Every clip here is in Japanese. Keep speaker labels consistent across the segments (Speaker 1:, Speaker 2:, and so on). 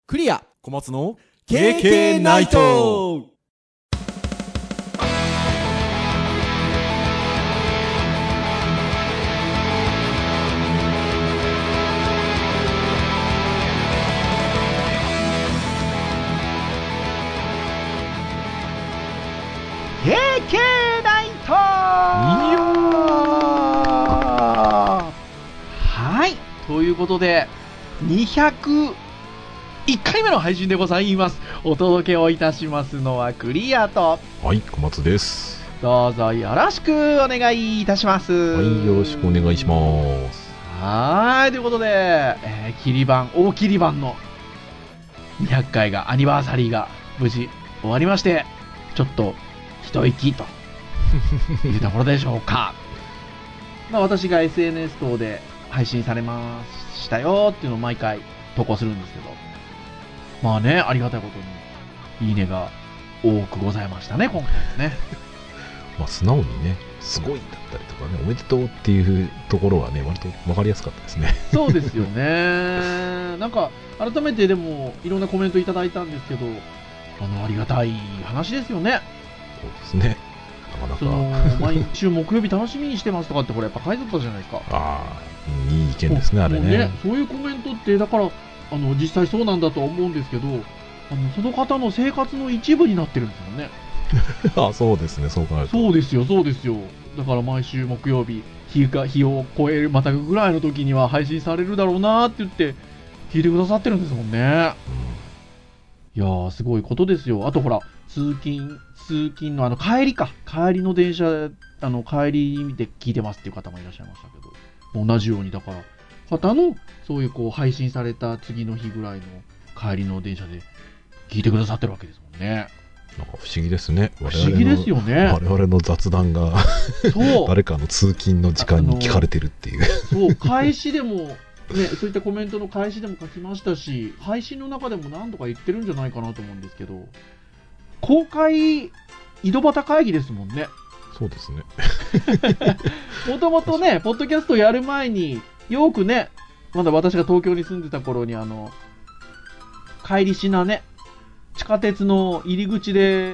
Speaker 1: クリア
Speaker 2: 小松の
Speaker 1: KK ナイト。
Speaker 3: KK ナイト。はい、ということで201回目の配信でございます。お届けをいたしますのはクリアと、
Speaker 2: はい、小松です。
Speaker 3: どうぞよろしくお願いいたします。
Speaker 2: はい、よろしくお願いします。
Speaker 3: はい、ということで、大切り版の200回がアニバーサリーが無事終わりまして、ちょっと一息というところでしょうか。私が SNS 等で配信されましたよっていうのを毎回投稿するんですけど、ありがたいことにいいねが多くございましたね、今回ですね。
Speaker 2: 素直にね、すごいだったりとかね、おめでとうっていうところはね、割と分かりやすかったですね。
Speaker 3: そうですよね。なんか改めてでもいろんなコメントいただいたんですけど、ありがたい話ですよね。
Speaker 2: そうですね。なかなか
Speaker 3: 毎週木曜日楽しみにしてますとかってこれやっぱ書いてあったじゃないですか。
Speaker 2: いい意見ですね、あれね。
Speaker 3: そういうコメントってだから実際そうなんだとは思うんですけど、その方の生活の一部になってるんですよね。
Speaker 2: そうですね、そう考えると。
Speaker 3: そうですよ。だから毎週木曜日日を超えるまたぐらいの時には配信されるだろうなって言って聞いてくださってるんですもんね。いやー、すごいことですよ。あとほら、通勤の帰りの電車、帰りで聞いてますっていう方もいらっしゃいましたけど、同じようにだから方のそういう配信された次の日ぐらいの帰りの電車で聞いてくださってるわけですもんね。
Speaker 2: なんか不思議ですね。
Speaker 3: 不思議ですよね。
Speaker 2: 我々の雑談が誰かの通勤の時間に聞かれてるっていう。
Speaker 3: そう、開始でもね、そういったコメントの開始でも書きましたし、配信の中でも何度か言ってるんじゃないかなと思うんですけど、公開井戸端会議ですもんね。
Speaker 2: そうですね。
Speaker 3: もともとね、ポッドキャストやる前によくね、まだ私が東京に住んでた頃に帰りしなね、地下鉄の入り口で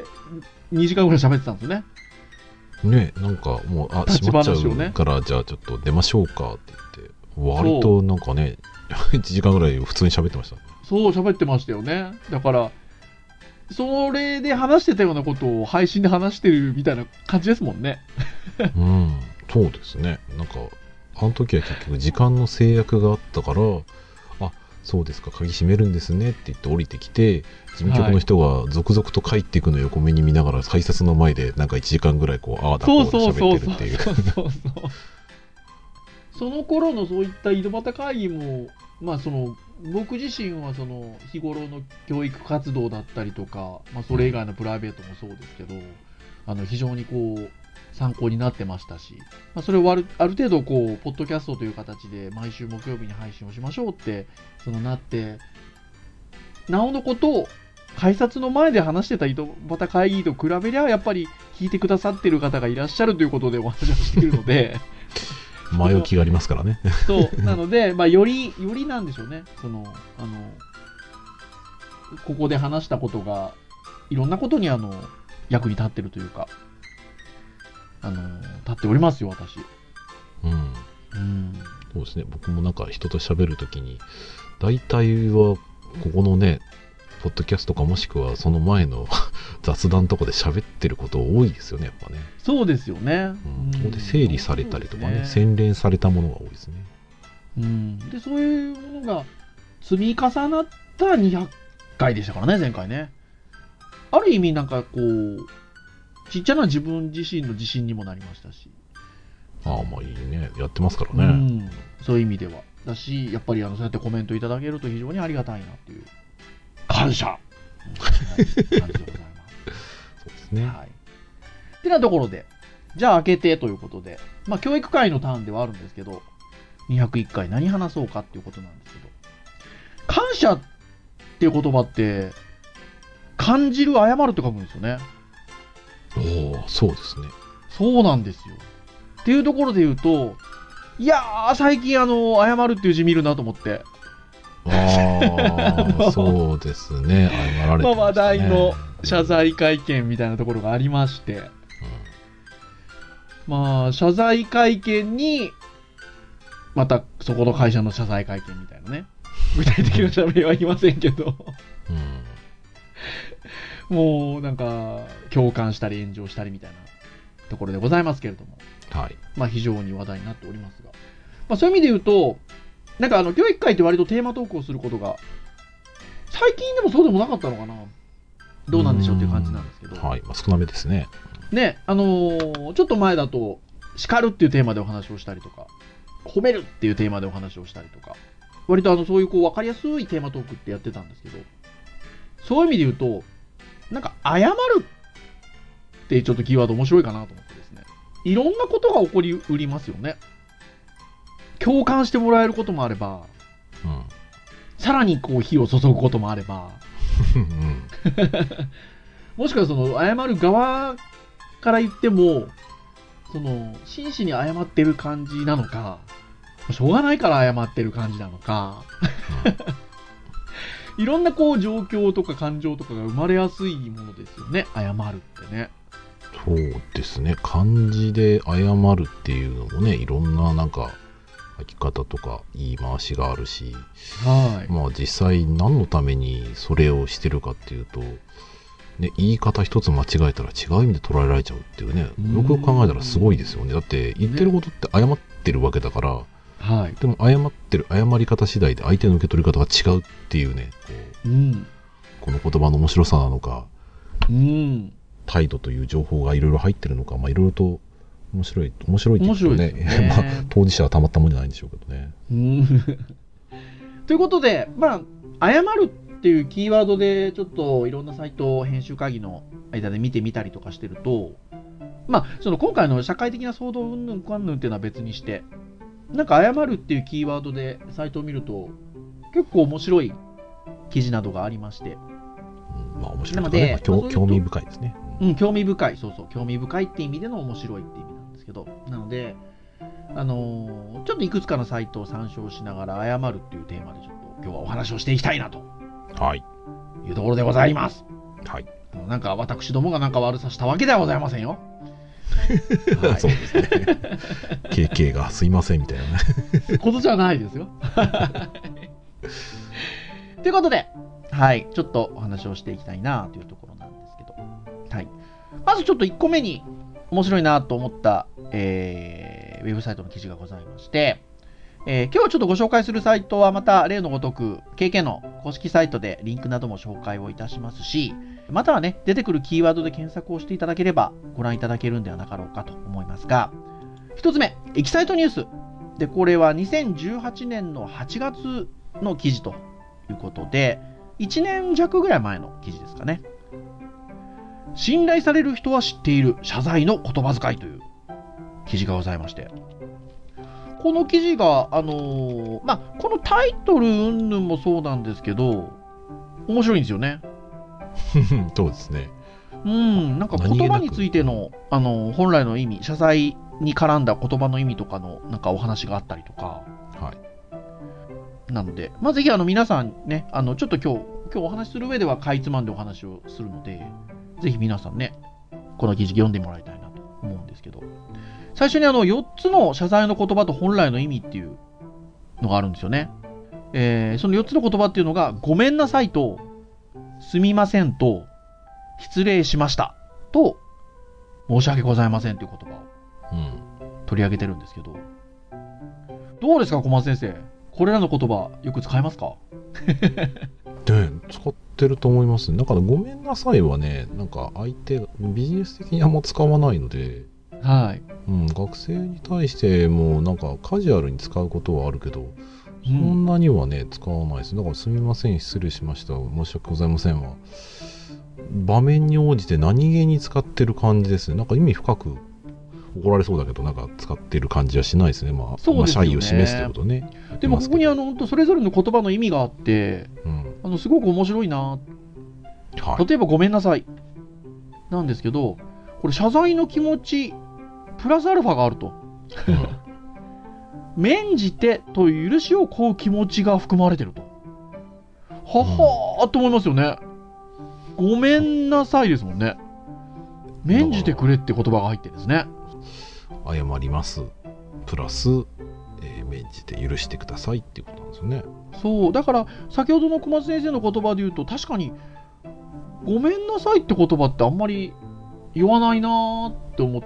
Speaker 3: 2時間ぐらい喋ってたんですよね。
Speaker 2: ね、なんかもう閉まっちゃうから、じゃあちょっと出ましょうかって言って、割となんかね1時間ぐらい普通に喋ってました。
Speaker 3: そう喋ってましたよね。だからそれで話してたようなことを配信で話してるみたいな感じですもんね。
Speaker 2: そうですね。なんかあの時は結局時間の制約があったから、そうですか、鍵閉めるんですねって言って降りてきて、事務局の人が続々と帰っていくのを横目に見ながら改札の前でなんか1時間ぐらいああだこうだ喋ってるっていう。
Speaker 3: その頃のそういった井戸端会議も、僕自身は日頃の教育活動だったりとか、それ以外のプライベートもそうですけど、非常に参考になってましたし、それをある程度ポッドキャストという形で毎週木曜日に配信をしましょうってなって、なおのことを改札の前で話してた井戸端会議と比べりゃやっぱり聞いてくださってる方がいらっしゃるということでお話をしているので
Speaker 2: 前置きがありますからね。
Speaker 3: そうなので、よりなんでしょうね。ここで話したことがいろんなことに役に立ってるというか、立っておりますよ、私。
Speaker 2: そうですね。僕もなんか人と喋るときに、大体はここのね、ポッドキャストかもしくはその前の雑談とかで喋ってること多いですよね、やっぱね。
Speaker 3: そうですよね。
Speaker 2: ここで整理されたりとかね、洗練されたものが多いですね。
Speaker 3: で、そういうものが積み重なった200回でしたからね、前回ね。ある意味なんかちっちゃな自分自身の自信にもなりましたし。
Speaker 2: いいね。やってますからね。
Speaker 3: そういう意味では。だし、やっぱりそうやってコメントいただけると非常にありがたいなっていう。感謝感じでございます。そう
Speaker 2: ですね。
Speaker 3: はい。ってなところで、じゃあ開けてということで、教育会のターンではあるんですけど、201回何話そうかっていうことなんですけど、感謝っていう言葉って、感じる謝るって書くんですよね。
Speaker 2: そうですね。
Speaker 3: そうなんですよ。っていうところで言うと、いやー、最近謝るっていう字見るなと思って。
Speaker 2: そうですね。謝られてましたね。
Speaker 3: 話題の謝罪会見みたいなところがありまして、謝罪会見に、またそこの会社の謝罪会見みたいなね。具体的な謝罪は言いませんけど、もうなんか共感したり炎上したりみたいなところでございますけれども、
Speaker 2: はい。
Speaker 3: 非常に話題になっておりますが、そういう意味で言うと、なんか教育会って割とテーマトークをすることが最近でもそうでもなかったのかな、どうなんでしょうっていう感じなんですけど、
Speaker 2: はい、少なめですね。
Speaker 3: ね、ちょっと前だと叱るっていうテーマでお話をしたりとか、褒めるっていうテーマでお話をしたりとか、割とそういう分かりやすいテーマトークってやってたんですけど、そういう意味で言うと、なんか謝るってちょっとキーワード面白いかなと思ってですね、いろんなことが起こりうりますよね。共感してもらえることもあれば、さらに火を注ぐこともあればもしくはその謝る側から言っても、その真摯に謝ってる感じなのか、しょうがないから謝ってる感じなのかいろんな状況とか感情とかが生まれやすいものですよね、謝るってね。
Speaker 2: そうですね。漢字で謝るっていうのもね、いろんななんか書き方とか言い回しがあるし、実際何のためにそれをしてるかっていうと、ね、言い方一つ間違えたら違う意味で捉えられちゃうっていうね、よくよく考えたらすごいですよね。だって言ってることって謝ってるわけだから、でも謝り方次第で相手の受け取り方が違うっていうね、この言葉の面白さなのか、態度という情報がいろいろ入ってるのか、いろいろと面白いって言うとね、当事者はたまったもんじゃないんでしょうけどね。
Speaker 3: ということで、謝るっていうキーワードでちょっといろんなサイトを編集会議の間で見てみたりとかしてると、その今回の社会的な騒動うんぬんかんぬんっていうのは別にして、なんか謝るっていうキーワードでサイトを見ると結構面白い記事などがありまして、
Speaker 2: 面白いとかね、興味深いですね。
Speaker 3: 興味深い、興味深いって意味での面白いって意味なんですけど、なのでちょっといくつかのサイトを参照しながら謝るっていうテーマでちょっと今日はお話をしていきたいなというところでございます。なんか私どもがなんか悪さしたわけではございませんよ。
Speaker 2: そうですね。KK がすいませんみたいなね
Speaker 3: ことじゃないですよということで、ちょっとお話をしていきたいなというところなんですけど、まずちょっと1個目に面白いなと思った、ウェブサイトの記事がございまして、今日ちょっとご紹介するサイトはまた例のごとく KK の公式サイトでリンクなども紹介をいたしますし、またはね、出てくるキーワードで検索をしていただければご覧いただけるんではなかろうかと思いますが、一つ目、エキサイトニュースで、これは2018年の8月の記事ということで、1年弱ぐらい前の記事ですかね。信頼される人は知っている謝罪の言葉遣いという記事がございまして、この記事がこのタイトル云々もそうなんですけど面白いんですよね
Speaker 2: そうですね。
Speaker 3: なんか言葉についての本来の意味、謝罪に絡んだ言葉の意味とかのなんかお話があったりとか、なので、ぜひ皆さんね、ちょっと今日お話しする上ではかいつまんでお話をするので、ぜひ皆さんね、この記事読んでもらいたいなと思うんですけど、最初に4つの謝罪の言葉と本来の意味っていうのがあるんですよね。その4つの言葉っていうのが、ごめんなさいと、すみませんと、失礼しましたと、申し訳ございませんという言葉を取り上げてるんですけど、どうですか小松先生、これらの言葉よく使いますか？
Speaker 2: 使ってると思います。なんかごめんなさいはね、なんか相手がビジネス的にあんま使わないので、学生に対してもなんかカジュアルに使うことはあるけど、そんなにはね使わないです。だからすみません、失礼しました、申し訳ございませんは場面に応じて何気に使ってる感じですね。なんか意味深く怒られそうだけどなんか使ってる感じはしないですね。謝意を示すってことね。
Speaker 3: でもここに本当それぞれの言葉の意味があって、すごく面白いな。例えばごめんなさいなんですけど、これ謝罪の気持ちプラスアルファがあると、免じてという許しを請う気持ちが含まれてると。 ははーと思いますよね。ごめんなさいですもんね。免じてくれって言葉が入ってるんですね。
Speaker 2: 謝りますプラス、免じて許してくださいっていうことなんですよね。
Speaker 3: そうだから先ほどの小松先生の言葉で言うと、確かにごめんなさいって言葉ってあんまり言わないなーって思って、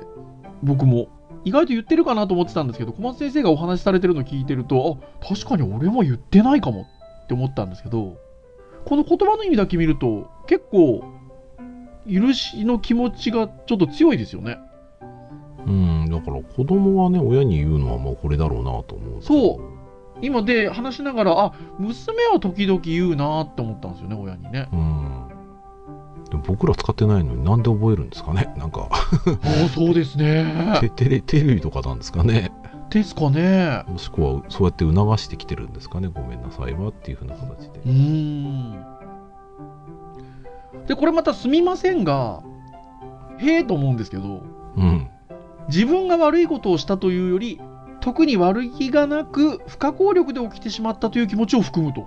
Speaker 3: 僕も意外と言ってるかなと思ってたんですけど、小松先生がお話しされてるの聞いてると、あ、確かに俺も言ってないかもって思ったんですけど、この言葉の意味だけ見ると結構許しの気持ちがちょっと強いですよね。
Speaker 2: だから子供はね、親に言うのはもうこれだろうなと思う。
Speaker 3: そう今で話しながら、娘は時々言うなって思ったんですよね、親にね。
Speaker 2: でも僕ら使ってないのになんで覚えるんですかね、なんか
Speaker 3: そうですね
Speaker 2: テレビとかなんですかね。
Speaker 3: ですかね。
Speaker 2: もしくはそうやって促してきてるんですかね、ごめんなさいはっていう風な形で。
Speaker 3: でこれまたすみませんがへえと思うんですけど、自分が悪いことをしたというより、特に悪気がなく不可抗力で起きてしまったという気持ちを含むと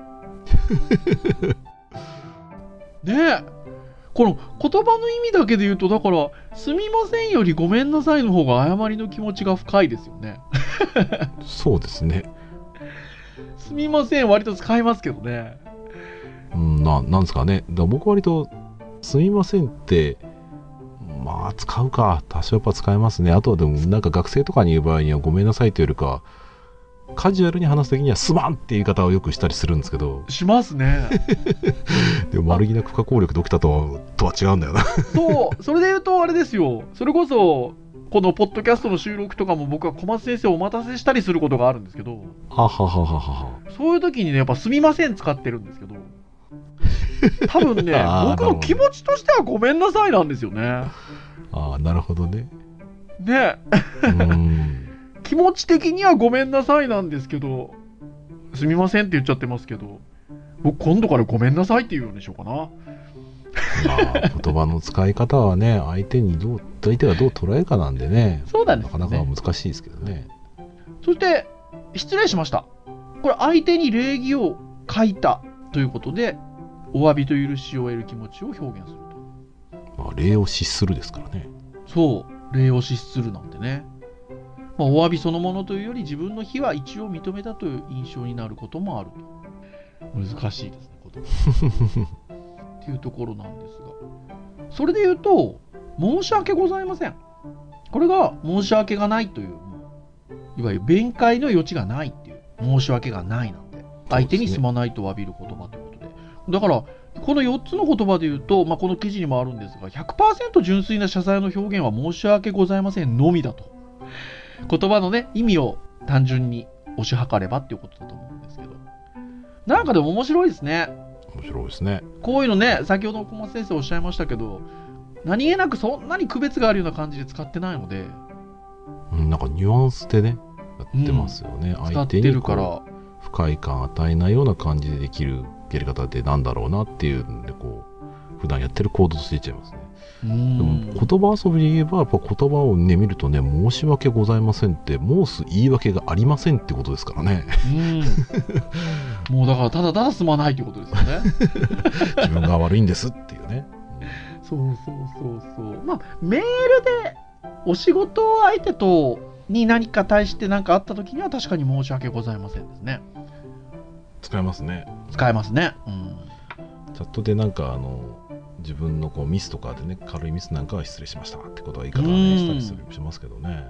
Speaker 3: ねえ、この言葉の意味だけで言うと、だからすみませんよりごめんなさいの方が誤りの気持ちが深いですよね
Speaker 2: そうですね。
Speaker 3: すみません割と使いますけどね。
Speaker 2: なんですかね。だから僕割とすみませんってまあ使うか、多少やっぱ使えますね。あとはでもなんか学生とかに言う場合にはごめんなさいというよりか、カジュアルに話すときにはすまんって言い方をよくしたりするんですけど、
Speaker 3: しますね
Speaker 2: でも悪気なく不可抗力で起きたとは違うんだよな
Speaker 3: そうそれで言うとあれですよ、それこそこのポッドキャストの収録とかも僕は小松先生をお待たせしたりすることがあるんですけど、そういう時にねやっぱすみません使ってるんですけど、多分ね僕の気持ちとしてはごめんなさいなんですよね。
Speaker 2: なるほどね。
Speaker 3: ね気持ち的にはごめんなさいなんですけど、すみませんって言っちゃってますけど、僕今度からごめんなさいって言うようにしようかな。
Speaker 2: 言葉の使い方はね、相手がどう捉えるかなんでね、
Speaker 3: そうなんですね、
Speaker 2: なかなか難しいですけどね。
Speaker 3: そして失礼しました、これ相手に礼儀を欠いたということでお詫びと許しを得る気持ちを表現すると。
Speaker 2: 礼を失するですからね。
Speaker 3: そう礼を失するなんてね、お詫びそのものというより自分の非は一応認めたという印象になることもあると。難しいですね言葉っていうところなんですが、それで言うと申し訳ございません、これが申し訳がないという、いわゆる弁解の余地がないっていう、申し訳がないなんで相手にすまないと詫びる言葉ということで、だからこの4つの言葉で言うと、この記事にもあるんですが 100% 純粋な謝罪の表現は申し訳ございませんのみだと。言葉のね意味を単純に推し量ればっていうことだと思うんですけど、なんかでも面白いですね。
Speaker 2: 面白いですね。
Speaker 3: こういうのね、先ほど小松先生おっしゃいましたけど、何気なくそんなに区別があるような感じで使ってないので、
Speaker 2: なんかニュアンスでねやってますよね。相手に不快感与えないような感じでできるやり方ってなんだろうなっていうんで、普段やってる行動としていっちゃいますね。でも言葉遊びで言えばやっぱ言葉をね見るとね、申し訳ございませんって申す言い訳がありませんってことですからね。も
Speaker 3: うだからただただすまないということですよね。
Speaker 2: 自分が悪いんですっていうね。
Speaker 3: そうメールでお仕事相手とに何か対して何かあった時には確かに申し訳ございませんですね。
Speaker 2: 使えますね。
Speaker 3: 使えますね。
Speaker 2: チャットでなんか自分のミスとかでね、軽いミスなんかは失礼しましたってことは言い方はねしたりしますけどね。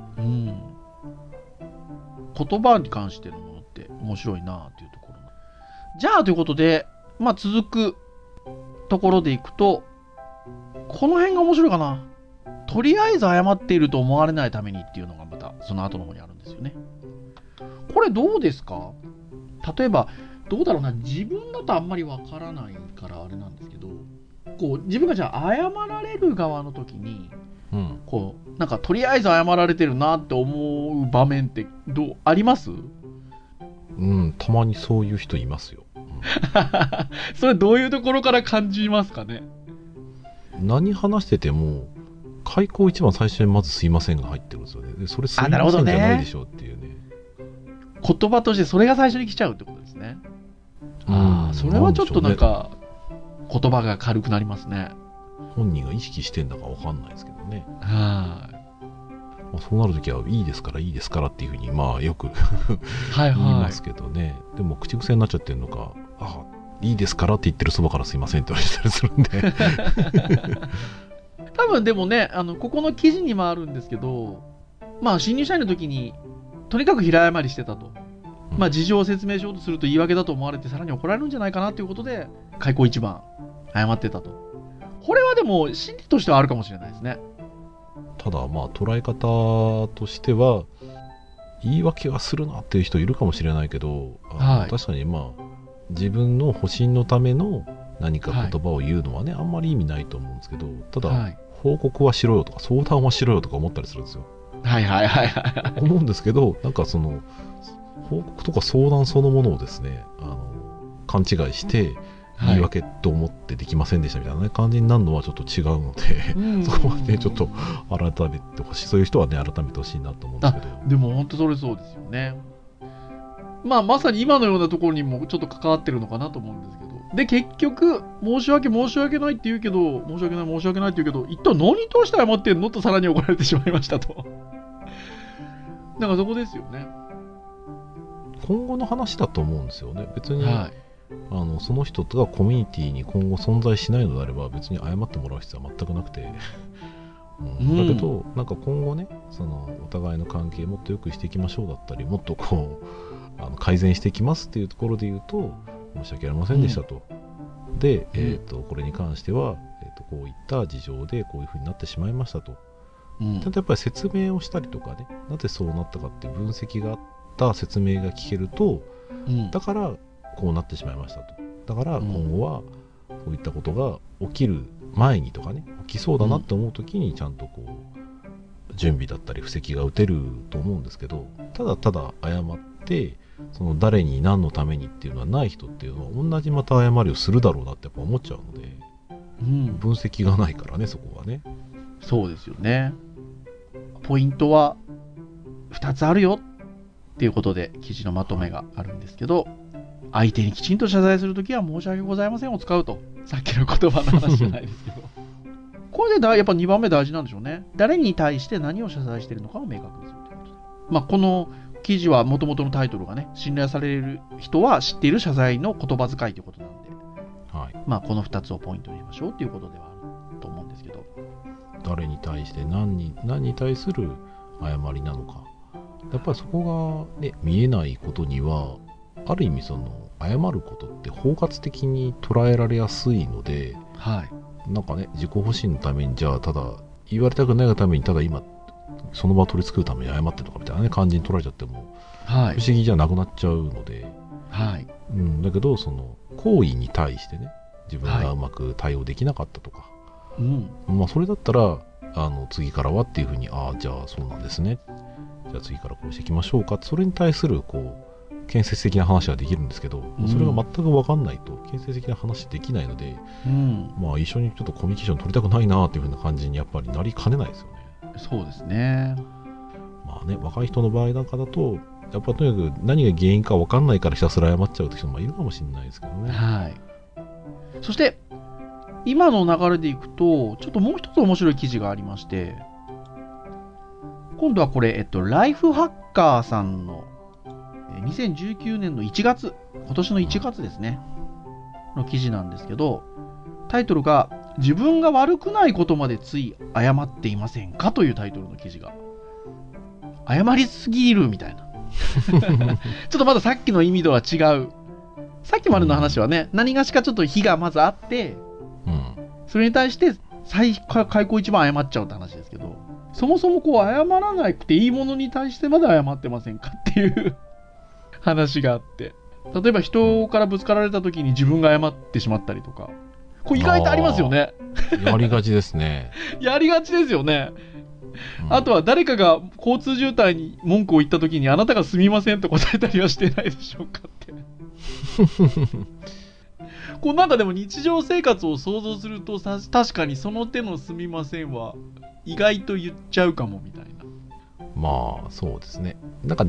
Speaker 3: 言葉に関してのものって面白いなっていうところ。じゃあということで、続くところでいくと、この辺が面白いかな。とりあえず謝っていると思われないためにっていうのがまたその後の方にあるんですよね。これどうですか？例えばどうだろうな、自分だとあんまりわからないからあれなんですけど、自分がじゃあ謝られる側の時に、なんかとりあえず謝られてるなって思う場面ってあります？
Speaker 2: たまにそういう人いますよ。
Speaker 3: それどういうところから感じますかね？
Speaker 2: 何話してても開口一番最初にまずすいませんが入ってるんですよね。でそれすいませんじゃないでしょっていうね。
Speaker 3: 言葉としてそれが最初に来ちゃうってことですね。 それはちょっとなんか言葉が軽くなりますね。
Speaker 2: 本人が意識してんだかわかんないですけどね。
Speaker 3: はい
Speaker 2: そうなるときはいいですからいいですからっていうふうによく
Speaker 3: はい
Speaker 2: 言いますけどね。でも口癖になっちゃってるのか、いいですからって言ってるそばからすいませんって言われたりするんで
Speaker 3: 多分でもね、ここの記事にもあるんですけど、新入社員の時にとにかく平謝りしてたと、事情を説明しようとすると言い訳だと思われてさらに怒られるんじゃないかなということで開口一番謝ってたと。これはでも心理としてはあるかもしれないですね。
Speaker 2: ただ捉え方としては言い訳はするなっていう人いるかもしれないけど、確かに自分の保身のための何か言葉を言うのはね、あんまり意味ないと思うんですけど、ただ、報告はしろよとか相談はしろよとか思ったりするんですよ。思うんですけど、なんかその報告とか相談そのものをですね、勘違いして言い訳と思ってできませんでしたみたいな、感じになるのはちょっと違うのでそこはねちょっと改めてほしい、そういう人はね改めてほしいなと思うんですけど。
Speaker 3: でも本当それそうですよね。まさに今のようなところにもちょっと関わってるのかなと思うんですけど、で結局申し訳ないって言うけど、申し訳ないって言うけど、一体何に通して謝ってんのとさらに怒られてしまいましたとなんかそこですよね。
Speaker 2: 今後の話だと思うんですよね。別に、その人がコミュニティに今後存在しないのであれば別に謝ってもらう必要は全くなくてだけどなんか今後ね、そのお互いの関係もっと良くしていきましょうだったり、もっと改善していきますっていうところで言うと、申し訳ありませんでしたと、で、これに関しては、こういった事情でこういうふうになってしまいましたと、ちゃんとやっぱり説明をしたりとかね、なぜそうなったかっていう分析があった説明が聞けると、だからこうなってしまいましたと、だから今後はそういったことが起きる前にとかね、起きそうだなって思う時にちゃんと準備だったり布石が打てると思うんですけど、ただただ謝ってその誰に何のためにっていうのはない人っていうのは同じまた謝りをするだろうなってやっぱ思っちゃうので、分析がないからね、そこはね。
Speaker 3: そうですよね。ポイントは2つあるよっていうことで記事のまとめがあるんですけど、相手にきちんと謝罪するときは申し訳ございませんを使うと、さっきの言葉の話じゃないですけどこれでやっぱ2番目大事なんでしょうね。誰に対して何を謝罪しているのかを明確にするということで、この記事はもともとのタイトルがね、信頼される人は知っている謝罪の言葉遣いということなんで、この2つをポイントにしましょうということではあると思うんですけど、
Speaker 2: 誰に対して何に対する謝りなのか、やっぱりそこが、ね、見えないことにはある意味その謝ることって包括的に捉えられやすいので、なんかね、自己保身のためにじゃあただ言われたくないがためにただ今その場を取り繕うために謝ってるとかみたいな、感じに取られちゃっても不思議じゃなくなっちゃうので、だけどその行為に対してね、自分がうまく対応できなかったとか、それだったら次からはっていうふうに、じゃあそうなんですね、じゃあ次からこうしていきましょうか、それに対する建設的な話はできるんですけど、それが全く分かんないと建設的な話できないので、一緒にちょっとコミュニケーション取りたくないなっていう風な感じにやっぱりなりかねないですよね。
Speaker 3: そうですね。
Speaker 2: 若い人の場合なんかだとやっぱとにかく何が原因か分かんないからひたすら謝っちゃう人もいるかもしれないですけどね。
Speaker 3: そして今の流れでいくとちょっともう一つ面白い記事がありまして、今度はこれ、ライフハッカーさんの2019年の1月、今年の1月ですね、の記事なんですけど、タイトルが自分が悪くないことまでつい謝っていませんかというタイトルの記事が、謝りすぎるみたいなちょっとまださっきの意味とは違う、さっきまでの話はね、何がしかちょっと非がまずあって、それに対して開口一番謝っちゃうって話ですけど、そもそも謝らなくていいものに対してまで謝ってませんかっていう話があって、例えば人からぶつかられた時に自分が謝ってしまったりとか、これ意外とありますよね。
Speaker 2: やりがちですね。
Speaker 3: やりがちですよね。あとは誰かが交通渋滞に文句を言った時にあなたがすみませんと答えたりはしてないでしょうかってなんかでも日常生活を想像すると確かにその手のすみませんは意外と言っちゃうかもみたいな。
Speaker 2: そうですね。なんかでも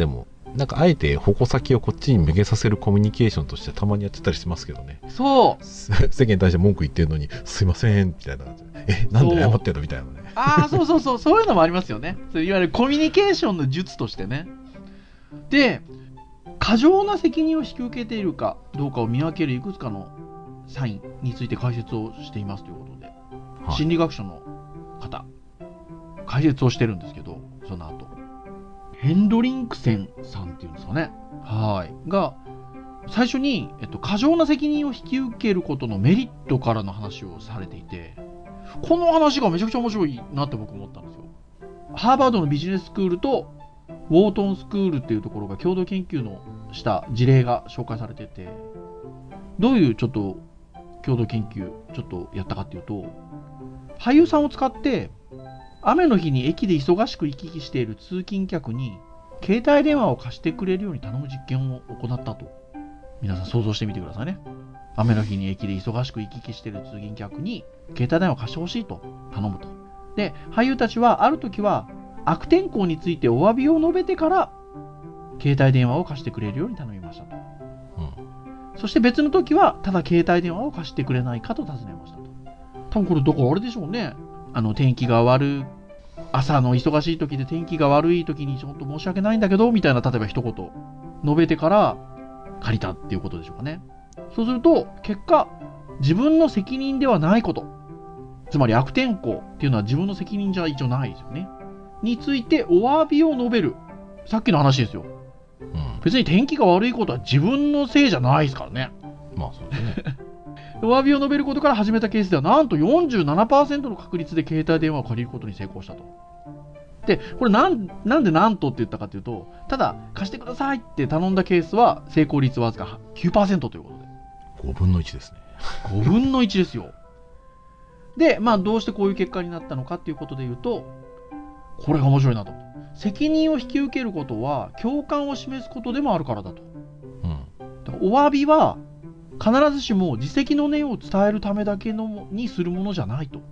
Speaker 2: なんかあえて矛先をこっちに向けさせるコミュニケーションとしてたまにやってたりしますけどね。
Speaker 3: そう
Speaker 2: 世間に対して文句言ってるのにすいませんみたいな感じで、なんで謝ってるのみたいなね。
Speaker 3: そういうのもありますよね。そういわゆるコミュニケーションの術としてね。で、過剰な責任を引き受けているかどうかを見分けるいくつかのサインについて解説をしていますということで、
Speaker 2: はい、
Speaker 3: 心理学者の方解説をしてるんですけど、その後ヘンドリンクセンさんっていうんですかね、はいが最初に、過剰な責任を引き受けることのメリットからの話をされていて、この話がめちゃくちゃ面白いなって僕思ったんですよ。ハーバードのビジネススクールとウォートンスクールっていうところが共同研究のした事例が紹介されてて、どういうちょっと共同研究ちょっとやったかっていうと、俳優さんを使って雨の日に駅で忙しく行き来している通勤客に携帯電話を貸してくれるように頼む実験を行ったと。皆さん想像してみてくださいね。雨の日に駅で忙しく行き来している通勤客に携帯電話を貸してほしいと頼むと。で、俳優たちはある時は悪天候についてお詫びを述べてから携帯電話を貸してくれるように頼みましたと、そして別の時はただ携帯電話を貸してくれないかと尋ねましたと。多分これどこあれでしょうね。天気が朝の忙しい時で天気が悪い時にちょっと申し訳ないんだけどみたいな、例えば一言述べてから借りたっていうことでしょうかね。そうすると結果、自分の責任ではないこと、つまり悪天候っていうのは自分の責任じゃ一応ないですよねについてお詫びを述べる。さっきの話ですよ、別に天気が悪いことは自分のせいじゃないですからね。
Speaker 2: まあそうですね
Speaker 3: お詫びを述べることから始めたケースではなんと 47% の確率で携帯電話を借りることに成功したと。で、これなんでなんとって言ったかというと、ただ貸してくださいって頼んだケースは成功率わずか 9% ということで、
Speaker 2: 5分の1ですね。
Speaker 3: 5分の1ですよ。で、どうしてこういう結果になったのかっていうことで言うと、これが面白いなと。責任を引き受けることは共感を示すことでもあるからだと。だからお詫びは必ずしも自責の念を伝えるためだけのにするものじゃないと。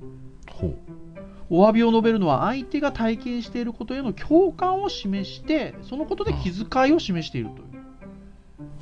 Speaker 3: お詫びを述べるのは相手が体験していることへの共感を示して、そのことで気遣いを示しているという。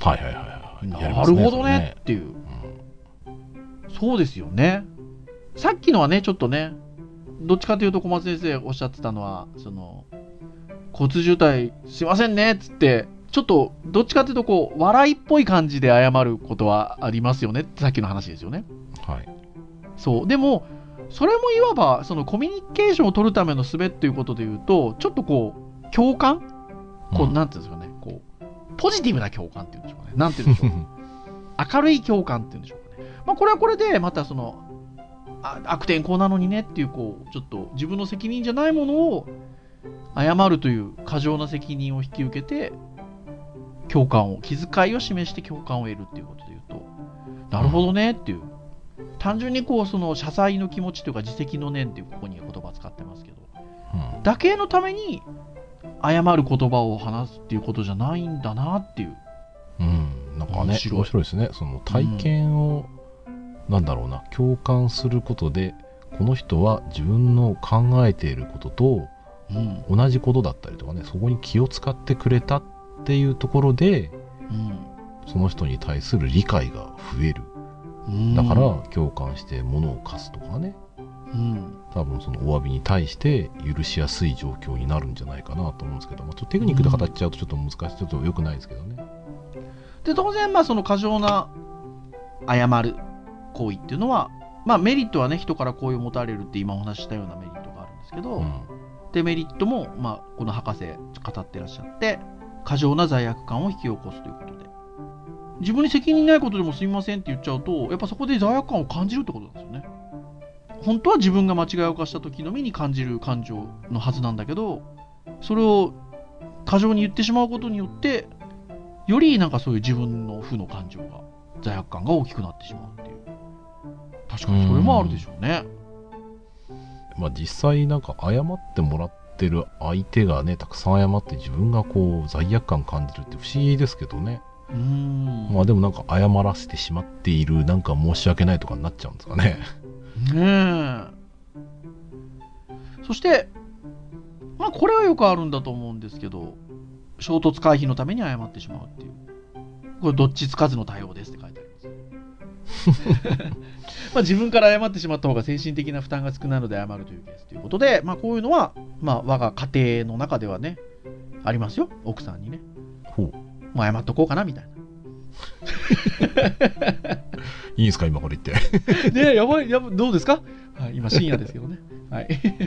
Speaker 2: はいはいはいはい。
Speaker 3: なるほどねっていう、そうですよね。さっきのはね、ちょっとね、どっちかというと小松先生おっしゃってたのは、交通渋滞すいませんねっつってちょっとどっちかというと笑いっぽい感じで謝ることはありますよねってさっきの話ですよね。
Speaker 2: はい。
Speaker 3: そう。でもそれもいわばコミュニケーションを取るための術っていうことで言うと、ちょっと共感、なんていうんですかね、ポジティブな共感っていうんでしょうかね。なんていうんでしょう。明るい共感っていうんでしょうかね。これはこれでまた悪天候なのにねっていうちょっと自分の責任じゃないものを謝るという過剰な責任を引き受けて共感を、気遣いを示して共感を得るっていうことで言うと、なるほどねっていう、単純に謝罪の気持ちというか自責の念っていうここに言葉使ってますけど、だけのために謝る言葉を話すっていうことじゃないんだなっていう。
Speaker 2: なんかね、面白いですね。その体験を、なんだろうな、共感することでこの人は自分の考えていることと同じことだったりとかね、そこに気を使ってくれたっていうところで、その人に対する理解が増える。だから共感して物を貸すとかね、多分そのお詫びに対して許しやすい状況になるんじゃないかなと思うんですけど、ちょっとテクニックで語っちゃうとちょっと難しい、ちょっと良くないですけどね。
Speaker 3: で、当然その過剰な謝る行為っていうのは、メリットはね、人から好意を持たれるって今お話ししたようなメリットがあるんですけど、デメリットもこの博士語ってらっしゃって、過剰な罪悪感を引き起こすということで、自分に責任ないことでもすみませんって言っちゃうと、やっぱそこで罪悪感を感じるってことなんですよね。本当は自分が間違いを犯した時のみに感じる感情のはずなんだけど、それを過剰に言ってしまうことによって、よりそういう自分の負の感情が、罪悪感が大きくなってしまうっていう。確かにそれもあるでしょうね。
Speaker 2: 実際謝ってもらってる相手がね、たくさん謝って自分が罪悪感感じるって不思議ですけどね。でも謝らせてしまっている、申し訳ないとかになっちゃうんですかね。そしてこれはよくあるんだと思うんですけど、
Speaker 3: 衝突回避のために謝ってしまうっていう。これどっちつかずの対応ですって書いてありますまあ自分から謝ってしまった方が精神的な負担が少ないので謝るというケースということで、まあこういうのは我が家庭の中ではねありますよ。奥さんにね、
Speaker 2: ほう、
Speaker 3: もう謝っとこうかなみたい
Speaker 2: いいですか今これ言って
Speaker 3: ね。やばいどうですか、はい、今深夜ですけどねはい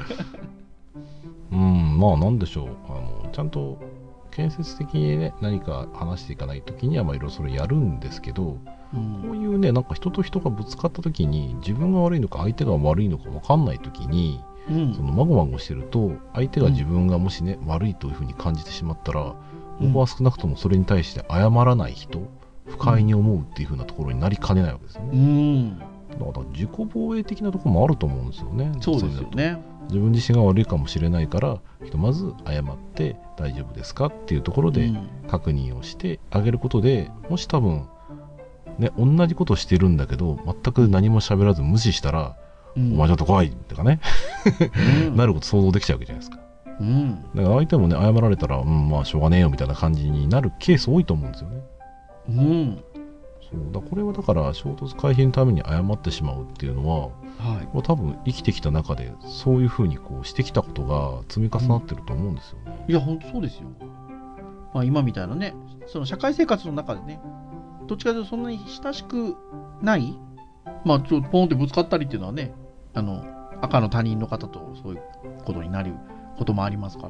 Speaker 2: まあなんでしょう、ちゃんと建設的にね何か話していかないときにはいろいろそれやるんですけど、こういうねなんか人と人がぶつかったときに自分が悪いのか相手が悪いのか分かんないときに、そのまごまごしてると相手が自分がもしね、悪いというふうに感じてしまったら、僕は少なくともそれに対して謝らない人、不快に思うっていうふうなところになりかねないわけですよね。だから自己防衛的なところもあると思うんですよね。
Speaker 3: そうですよね。
Speaker 2: 自分自身が悪いかもしれないからひとまず謝って大丈夫ですかっていうところで確認をしてあげることで、もし多分ね同じことをしてるんだけど全く何も喋らず無視したら、お前ちょっと怖いとかねなること想像できちゃうわけじゃないですか。だから相手もね謝られたらまあしょうがねえよみたいな感じになるケース多いと思うんですよね。そうだ、これはだから衝突回避のために謝ってしまうっていうのは、多分生きてきた中でそういうふうにこうしてきたことが積み重なってると思うんですよね。
Speaker 3: いや本当そうですよ。今みたいなね、その社会生活の中でね、どっちかというとそんなに親しくないちょっとポンってぶつかったりっていうのはね、赤の他人の方とそういうことになることもありますから、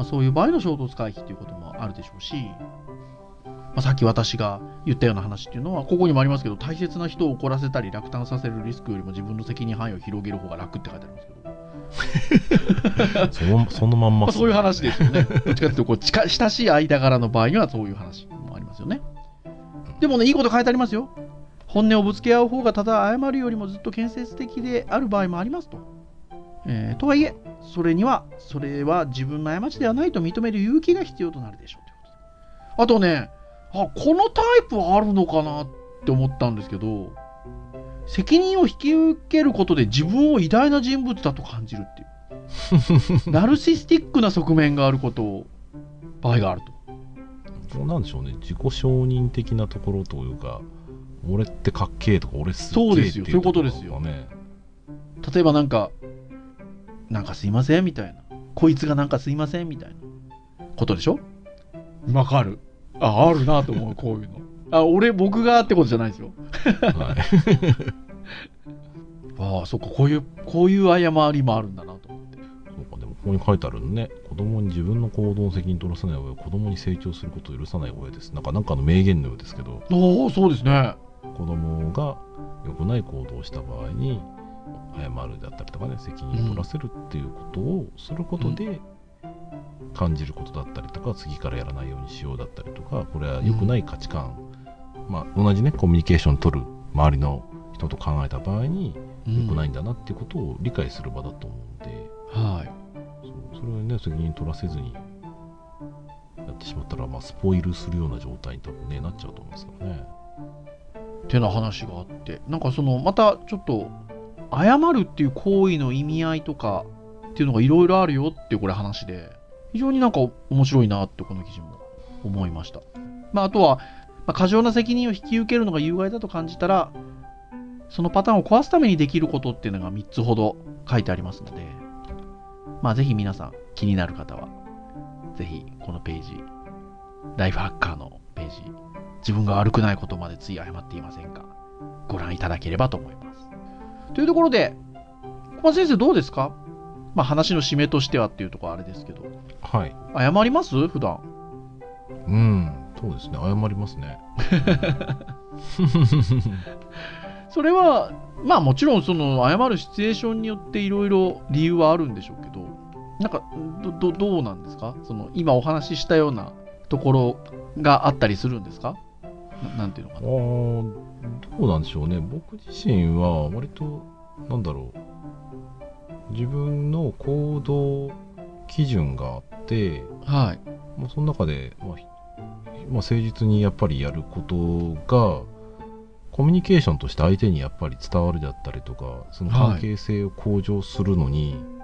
Speaker 3: そういう場合の衝突回避っていうこともあるでしょうし、さっき私が言ったような話っていうのはここにもありますけど、大切な人を怒らせたり落胆させるリスクよりも自分の責任範囲を広げる方が楽って書いてありますけど
Speaker 2: そのまんま、
Speaker 3: そういう話ですよね。どっちかというとこう親しい間柄の場合にはそういう話もありますよね。でもね、いいこと書いてありますよ。本音をぶつけ合う方がただ謝るよりもずっと建設的である場合もありますと。とはいえそれは自分の過ちではないと認める勇気が必要となるでしょうということで。あとね、このタイプはあるのかなって思ったんですけど、責任を引き受けることで自分を偉大な人物だと感じるっていうナルシスティックな側面がある場合があると。
Speaker 2: そうなんでしょうね、自己承認的なところというか、俺ってかっけえとか俺すっげえっていうところ、ね、そういうことですよ。例えばなんかすいませんみたいな、こいつがなんかすいませんみたいなことでしょ。わかる。あるなと思う、こういうの。僕がってことじゃないですよ。そうか、こういう誤りもあるんだなと思って。 そうか、でもここに書いてあるのね、子供に自分の行動の責任取らせない親は子供に成長することを許さない親です。なんかの名言のようですけど。
Speaker 3: そうですね。
Speaker 2: 子供が良くない行動をした場合に謝るだったりとかね、責任を取らせるっていうことをすることで、感じることだったりとか、次からやらないようにしようだったりとか、これは良くない価値観、同じねコミュニケーション取る周りの人と考えた場合に良くないんだなっていうことを理解する場だと思うんで、それをね責任取らせずにやってしまったら、スポイルするような状態に多分ねなっちゃうと思うんですけどね。
Speaker 3: ってな話があって、なんかまたちょっと謝るっていう行為の意味合いとかっていうのがいろいろあるよっていうこれ話で、非常になんか面白いなってこの記事も思いました。あとは、過剰な責任を引き受けるのが有害だと感じたら、そのパターンを壊すためにできることっていうのが3つほど書いてありますので、ぜひ皆さん気になる方はぜひこのページ、ライフハッカーのページ、自分が悪くないことまでつい謝っていませんか、ご覧いただければと思います。というところで、小松先生どうですか。話の締めとしてはっていうところあれですけど、謝ります普段。
Speaker 2: そうですね、謝りますね。
Speaker 3: それはもちろん謝るシチュエーションによっていろいろ理由はあるんでしょうけど、なんかどうなんですか。今お話ししたようなところがあったりするんですか。なんていうのかな。
Speaker 2: どうなんでしょうね。僕自身は割と自分の行動基準があって、その中で、誠実にやっぱりやることがコミュニケーションとして相手にやっぱり伝わるだったりとか、その関係性を向上するのに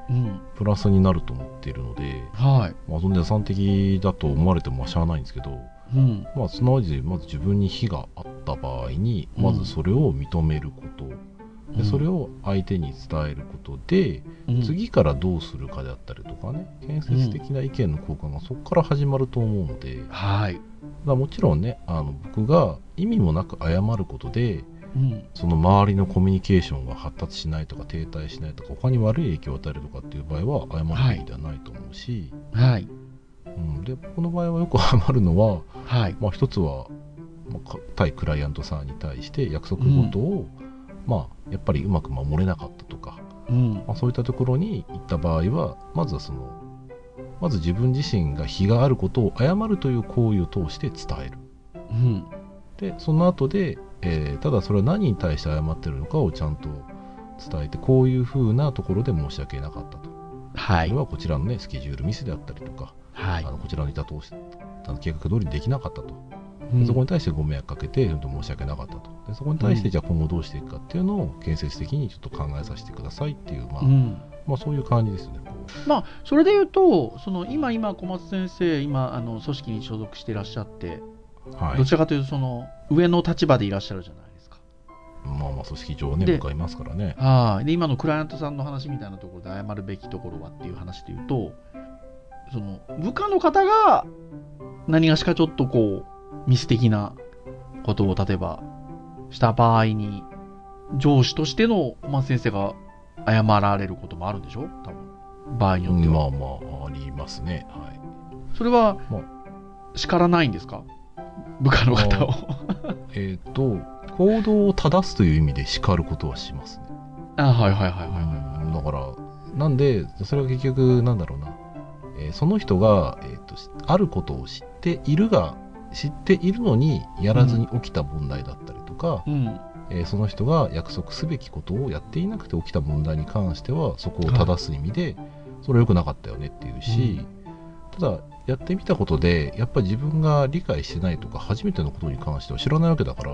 Speaker 2: プラスになると思っているので、
Speaker 3: はい。
Speaker 2: まあ、そんな打算的だと思われてもしゃあないんですけど、まあ、すなわちまず自分に非があった場合にまずそれを認めること、でそれを相手に伝えることで、次からどうするかであったりとかね、建設的な意見の交換がそこから始まると思うので、
Speaker 3: はい。
Speaker 2: だからもちろんね、僕が意味もなく謝ることで、その周りのコミュニケーションが発達しないとか停滞しないとか他に悪い影響を与えるとかっていう場合は謝るべきではないと思うし、
Speaker 3: はい
Speaker 2: で僕の場合はよく謝るのは、
Speaker 3: はい。
Speaker 2: まあ、一つは、対クライアントさんに対して約束事を、まあ、やっぱりうまく守れなかったとか、まあ、そういったところに行った場合はまず自分自身が非があることを謝るという行為を通して伝える、でその後で、ただそれは何に対して謝ってるのかをちゃんと伝えて、こういうふうなところで申し訳なかったと、
Speaker 3: はい。
Speaker 2: それはこちらのねスケジュールミスであったりとか、
Speaker 3: はい。
Speaker 2: こちらの意図通して計画通りにできなかったと、そこに対してご迷惑かけて本当申し訳なかったと、でそこに対してじゃあ今後どうしていくかっていうのを建設的にちょっと考えさせてくださいっていう、まあそういう感じですね。
Speaker 3: まあそれで言うと、今小松先生組織に所属していらっしゃって、
Speaker 2: はい、
Speaker 3: どちらかというと上の立場でいらっしゃるじゃないですか。
Speaker 2: まあまあ組織上ね向かいますからね。
Speaker 3: で今のクライアントさんの話みたいなところで謝るべきところはっていう話で言うと、部下の方が何がしかちょっとミス的なことを例えばした場合に、上司としての小松先生が謝られることもあるんでしょ、多分場合によっては。
Speaker 2: まあありますね。はい。
Speaker 3: それは叱らないんですか、部下の方を。
Speaker 2: 行動を正すという意味で叱ることはしますね。
Speaker 3: はいはいはいはい。
Speaker 2: だからなんでそれは結局なんだろうな、その人が、あることを知っているのにやらずに起きた問題だったりとか、その人が約束すべきことをやっていなくて起きた問題に関してはそこを正す意味で、それは良くなかったよねっていうし、ただやってみたことでやっぱり自分が理解してないとか初めてのことに関しては知らないわけだから、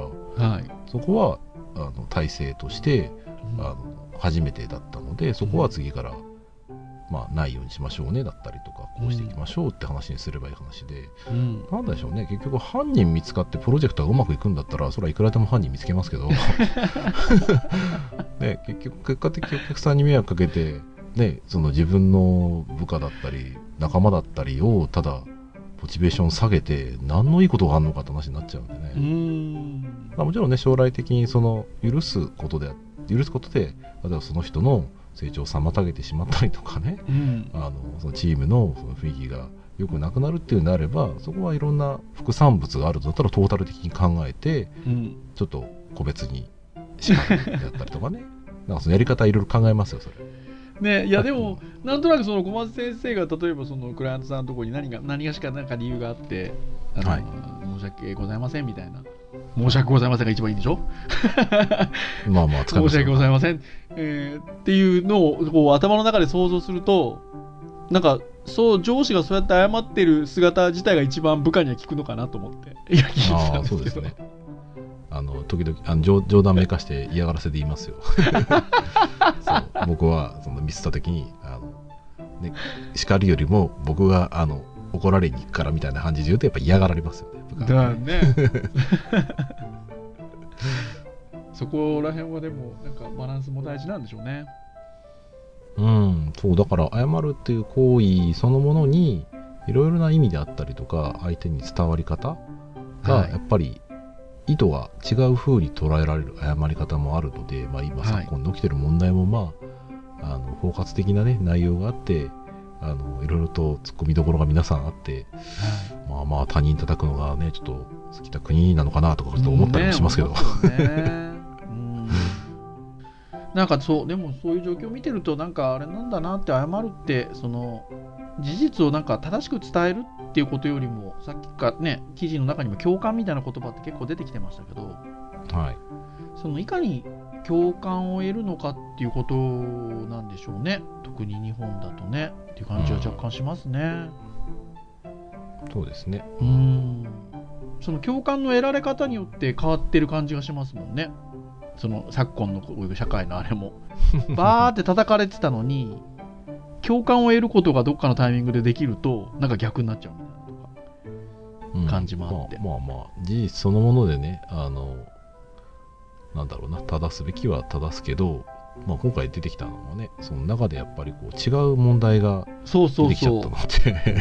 Speaker 2: そこは体制として初めてだったので、そこは次からまあ、ないようにしましょうねだったりとか、こうしていきましょうって話にすればいい話で、なんでしょうね、結局犯人見つかってプロジェクトがうまくいくんだったらそれはいくらでも犯人見つけますけどね、結果的にお客さんに迷惑かけて、ね、その自分の部下だったり仲間だったりをただモチベーション下げて何のいいことがあるのかって話になっちゃうんでね。もちろんね、将来的に許すことで例えばその人の成長を妨げてしまったりとかね、そのチームのその雰囲気が良くなくなるっていうんであれば、そこはいろんな副産物があるとだったらトータル的に考えて、ちょっと個別に叱るやったりとかねなんかそのやり方いろいろ考えますよそれ。
Speaker 3: ね、いやでもなんとなく小松先生が例えばクライアントさんのところに何がしか理由があって申し訳ございませんみたいな、申し訳ございませんが一番いいんでしょ
Speaker 2: まあまあ使いますよ。
Speaker 3: 申し訳ございません、っていうのを頭の中で想像すると、なんか上司がそうやって謝ってる姿自体が一番部下には効くのかなと思って聞いてたんですけど。
Speaker 2: そうですね。時々冗談めかして嫌がらせで言いますよそう僕はそのミスった時に叱るよりも僕が怒られに行くからみたいな感じで言うとやっぱ嫌がられますよね。
Speaker 3: だねそこら辺はでもなんかバランスも大事なんでしょうね。
Speaker 2: そうだから謝るっていう行為そのものにいろいろな意味であったりとか相手に伝わり方がやっぱり意図が違う風に捉えられる謝り方もあるので、今昨今起きてる問題も包括的なね内容があっていろいろと突っ込みどころが皆さんあって、他人叩くのがねちょっと好きな国なのかなとかちょっと思ったりもしますけど、
Speaker 3: なんかでもそういう状況を見てるとなんかあれなんだなって、謝るって事実をなんか正しく伝えるっていうことよりも、さっきからね記事の中にも共感みたいな言葉って結構出てきてましたけど、いかに共感を得るのかっていうことなんでしょうね、特に日本だとねっていう感じは若干しますね。
Speaker 2: そうですね。
Speaker 3: その共感の得られ方によって変わってる感じがしますもんね。昨今のこういう社会のあれもバーって叩かれてたのに共感を得ることがどっかのタイミングでできるとなんか逆になっちゃうみたいなとか感じもあって、
Speaker 2: まあ事実そのものでね、なんだろうな、正すべきは正すけど、まあ、今回出てきたのもね、その中でやっぱりこう違う問題が出てきちゃったので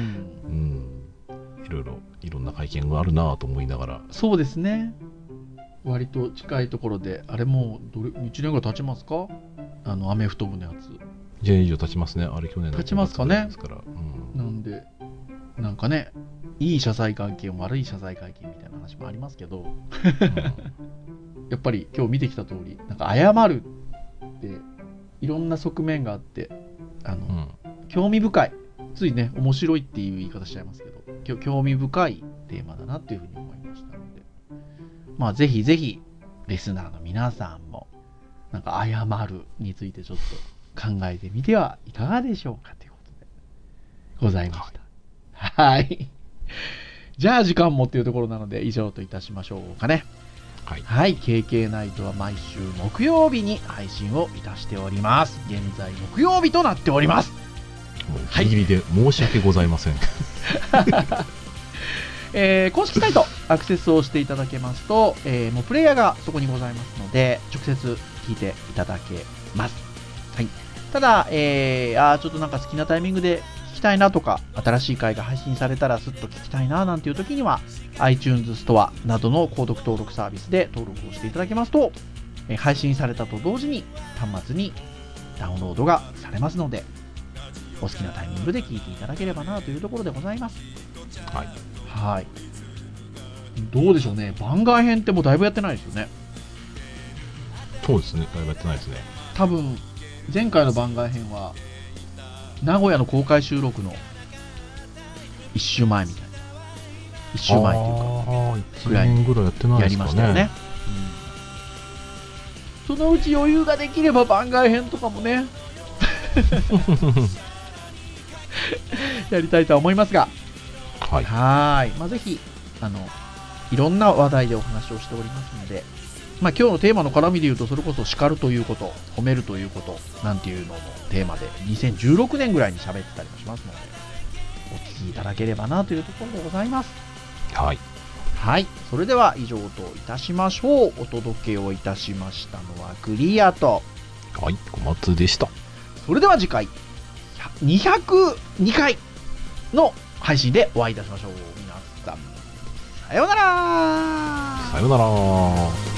Speaker 2: いろんな会見があるなと思いながら。
Speaker 3: そうですね、割と近いところで、あれもう1年ぐらい経ちますか、アメフト部のやつ。
Speaker 2: 1年以上経ちますね、あれ去年の
Speaker 3: 経ちますかね。
Speaker 2: ですから、
Speaker 3: なんでなんかね、いい社会関係も悪い社会関係みたいな話もありますけど、やっぱり今日見てきた通り、なんか謝るっていろんな側面があって、興味深い、ついね面白いっていう言い方しちゃいますけど、興味深いテーマだなっていうふうに思いましたので、まあぜひぜひリスナーの皆さんもなんか謝るについてちょっと考えてみてはいかがでしょうかということでございました。はい。じゃあ時間もっていうところなので以上といたしましょうかね。はい、KK ナイトは毎週木曜日に配信をいたしております。現在木曜日となっております。
Speaker 2: もうギリギリで申し訳ございません。
Speaker 3: 公式サイトアクセスをしていただけますと、もうプレイヤーがそこにございますので直接聞いていただけます。はい、ただ、ちょっとなんか好きなタイミングで聞きたいなとか、新しい回が配信されたらすっと聞きたいななんていう時には iTunes ストアなどの購読登録サービスで登録をしていただけますと、配信されたと同時に端末にダウンロードがされますので、お好きなタイミングで聞いていただければなというところでございます。
Speaker 2: はい、
Speaker 3: はい、どうでしょうね、番外編ってもうだいぶやってないですよね。
Speaker 2: そうですね、だいぶやってないですね。
Speaker 3: 多分前回の番外編は名古屋の公開収録の1週前みたいな、1週前っていうか
Speaker 2: 1年ぐらいやってないですかね。やりましたよね、
Speaker 3: そのうち余裕ができれば番外編とかもねやりたいとは思いますが、はい、まあ、ぜひいろんな話題でお話をしておりますので、まあ、今日のテーマの絡みで言うと、それこそ叱るということ、褒めるということなんていうのもテーマで2016年ぐらいに喋ってたりもしますので、お聞きいただければなというところでございます。
Speaker 2: はい、
Speaker 3: はい、それでは以上といたしましょう。お届けをいたしましたのはクリアと、
Speaker 2: はい、小松でした。
Speaker 3: それでは次回202回の配信でお会いいたしましょう。皆さんさようなら。
Speaker 2: さようなら。